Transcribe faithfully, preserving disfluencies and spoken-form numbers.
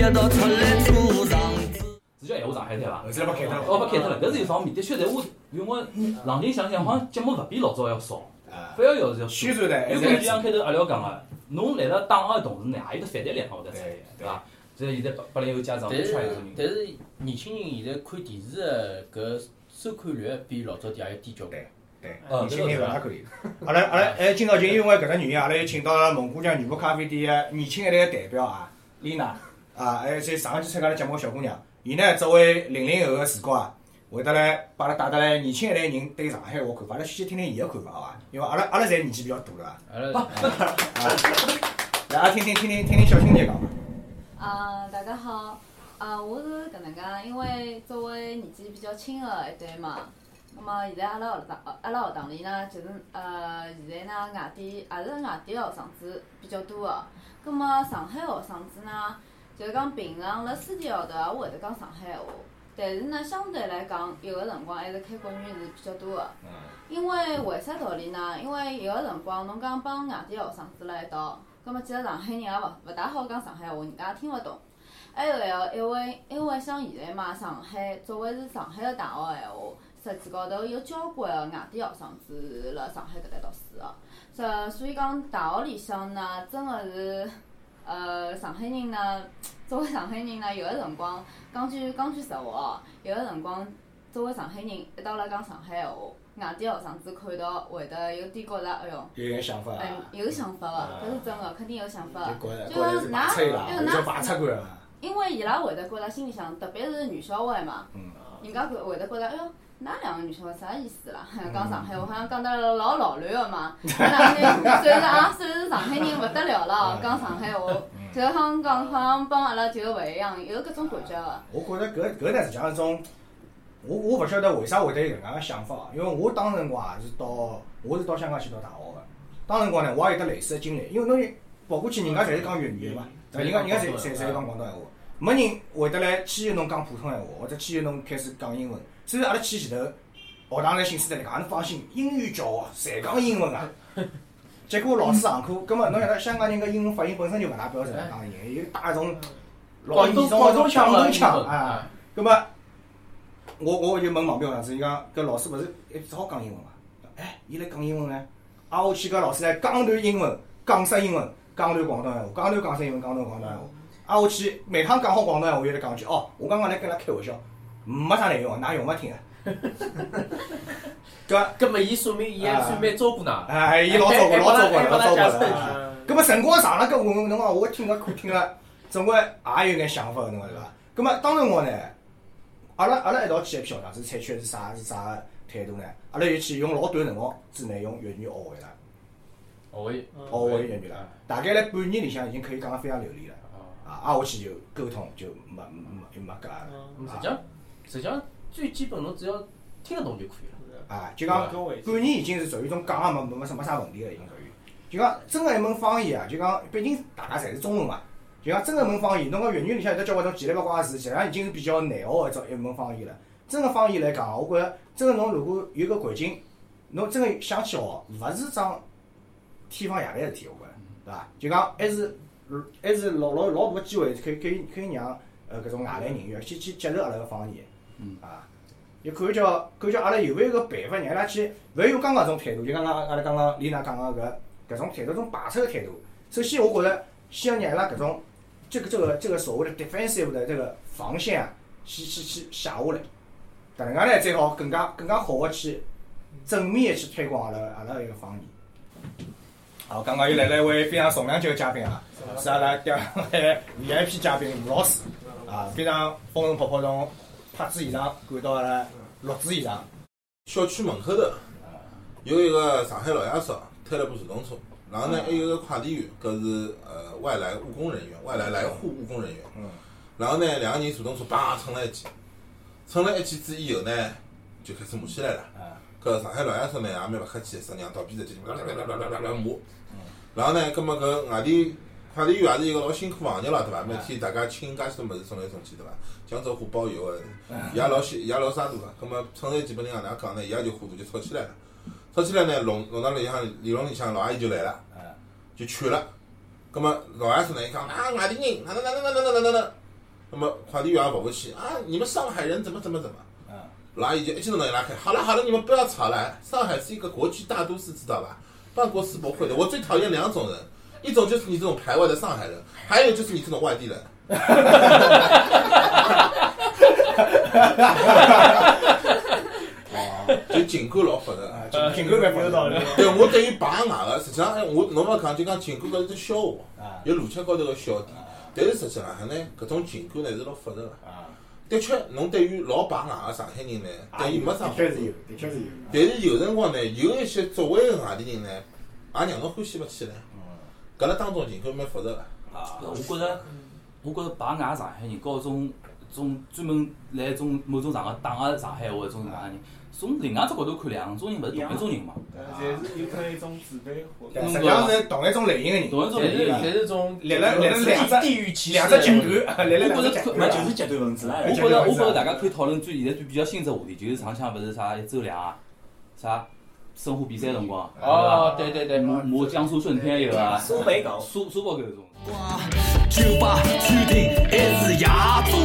得到出来做上。 是叫闲话上海滩伐？ 后头把开脱了。 哦，把开脱了，搿是一方面，的确，但我因为我冷静想想，好像节目勿比老早要少，反而要要宣传的， 因为就像开头阿廖讲个，侬来了打个同时呢，也有得反弹力向下头出来，对伐？所以现在八八零后家长都穿一个人。 但是年轻人现在看电视的搿收看率比老早点也要低交关。 对，年轻人勿大可以。阿拉阿拉哎，今朝就因为搿只原因，阿拉又请到了蒙古江女仆咖啡店个年轻一代个代表啊，丽娜啊，还有在上一期参加了节目个小姑娘。伊呢，作为零零后个视角啊，会得来把阿拉带得来年轻一代人对上海话看法，阿拉先听听伊个看法好伐？因为阿拉阿拉侪年纪比较大对伐？ 阿拉， 来，阿拉听听听听听听小青姐讲伐？ 啊，大家好，啊，我是搿能介，因为作为年纪比较轻个一代嘛，那么现在阿拉学堂阿拉学堂里呢，就是呃，现在呢外地也是外地个学生子比较多个，葛末上海学生子呢，就是讲平常辣私底下头也会得讲上海话，但是呢，相对来讲，有个辰光还是开国语是比较多个。因为为啥道理呢？因为有个辰光侬讲帮外地个学生子辣一道，葛末其实上海人也勿勿大好讲上海话，人家也听勿懂。还有个，因为因为像现在嘛，上海作为是上海个大学个闲话，实际高头有交关个外地学生子是辣上海搿搭读书个，所所以讲大学里向呢，真个是。呃，上海人呢，作为上海人呢，有个辰光讲句讲句实话哦，有个辰光作为上海人一道来讲上海话，外地学生子看到会得有点觉着，哎哟， 有眼想法哎，有想法个，搿是真个，肯定有想法个。 就就讲㑚，就叫排斥感啊。 因为伊拉会得觉着心里向，特别是女小孩嘛，人家会得觉着，哎哟。㑚两个女小孩啥意思啦？讲上海话好像讲得老老乱个嘛。㑚两个虽然也算是上海人勿得了了，讲上海话，就好像讲好像帮阿拉就勿一样，有搿种感觉个。 我觉着搿搿呢实际上是种，我我勿晓得为啥会得有搿能介个想法，因为我当辰光也是到，我是到香港去读大学个。当辰光呢，我也有得类似个经历，因为侬跑过去，人家侪是讲粤语个嘛，人家人家侪侪侪是讲广东闲话，没人会得来迁就侬讲普通闲话，或者迁就侬开始讲英文。虽然阿拉去前头学堂来信誓旦旦讲，侬放心，英语教啊，侪讲英文啊。结果老师上课，葛末侬晓得香港人个英文发音本身就勿大标准，讲英，有带一种老严重个种广东腔啊。葛末我我就问旁边学堂子，伊讲搿老师勿是一只好讲英文嘛？哎，伊来讲英文呢，挨下去搿老师来讲段英文，讲式英文，讲段广东闲话，讲段港式英文，讲段广东闲话。挨下去每趟讲好广东闲话，又来讲句哦，我刚刚来跟伊拉开玩笑。没啥内容，㑚用勿听啊？搿搿么伊说明伊还算蛮照顾㑚。 哎，伊老照顾，老照顾，老照顾了。搿么辰光长了，搿我侬讲我听了看听了，总归也有眼想法，侬讲对伐？搿么当辰光呢，阿拉阿拉一道去一批学堂子，采取是啥是啥个态度呢？阿拉就去用老短辰光之内用粤语学会了， 学会学会粤语了。大概辣半年里向已经可以讲得非常流利了。啊，挨下去就沟通就没没就没搿了。 实际上。实际上最基本侬只要听得懂就可以了。 啊，就讲半年已经是属于一种讲也没没没啥没啥问题了，已经属于。就讲真个一门方言啊，就讲毕竟大家侪是中文嘛，就讲真个一门方言，侬讲粤语里向有得交关种奇里八卦个字，实际上已经是比较难学个一种一门方言了。真个方言来讲，我觉着真个侬如果有个环境，侬真个想去学，勿是桩天方夜谭个事体，我觉着，对伐？就讲还是还是老老老大个机会，可以可以可以让呃搿种外来人员去去接受阿拉个方言。嗯啊，就看叫看叫阿拉有没有个办法让伊拉去，勿要用刚刚种态度，就刚刚阿拉刚刚丽娜讲个搿搿种态度，种排斥个态度。首先，我觉着先要让伊拉搿种这个这个这个所谓的 defensive 的这个防线啊，去去去下下来。搿能介呢，最好更加更加好个去正面的去推广阿拉阿拉一个方言。好，刚刚又来了一位非常重量级的嘉宾啊，是阿拉第二位 V I P 嘉宾吴老师啊，非常风尘仆仆从拍子现场赶到阿拉录制现场。 小区门口头有一个上海老爷叔推了部自动车，然后呢还有一个快递员，搿是呃外来务工人员，外来来沪务工人员。嗯。然后呢，两个人自动车叭蹭了一记，蹭了一记之以后呢，就开始骂起来了。嗯。搿上海老爷叔呢也蛮勿客气，实娘倒闭着就啦啦啦啦啦啦啦骂。然后呢，葛末搿外地快递员也是一个老辛苦行业了，对伐？每天大家请介许多物事送来送去，对伐？江浙沪包邮个，伊也老辛，伊也老沙大个。葛末乘着几拨人哪能讲呢？伊也就糊涂就吵起来了。吵起来呢，弄弄堂里向理论里向老阿姨就来了，就劝了。葛末老爷叔呢，伊讲啊外地人哪能哪能哪能哪能哪能， 那么快递员也不会去啊，你们上海人怎么怎么怎么。然后伊就一记头拿伊拉开，好了好了，你们不要吵了。上海是一个国际大都市，知道吧？办过世博会的。我最讨厌两种人，一种就是你这种排外的上海人，还有就是你这种外地人。就情感老复杂， 情感蛮复杂。 对，我对于排外个，实际上，我侬勿讲就讲情感搿是只笑话，有逻辑高头个笑点。但是实际浪向呢，搿种情感呢是老复杂个。的确，侬对于老排外个上海人呢，对伊没啥好处。 的确是有，的确是有。 但是有辰光呢，有一些作为个外地人呢，也让侬欢喜勿起来。搿辣当中情感蛮复杂个。 啊，我觉着，我觉着排外上海人，和种种专门来种某种场合打个上海话种上海人，从另外只角度看，两种人勿是同一种人嘛。 侪是有可能一种自卑或者。 实际上是同一种类型个人， 同一种类型侪是种立了立了两只地域歧视， 两只极端，立了两只极那端， 就是极端分子了。 我觉着，我觉着大家可以讨论最现在最比较新只话题，就是上腔勿是啥一周两啊，啥申花比赛辰光， 哦，对对对， 骂骂江苏舜天有啊， 苏北狗， 苏苏北狗搿种。 酒吧注定还是夜总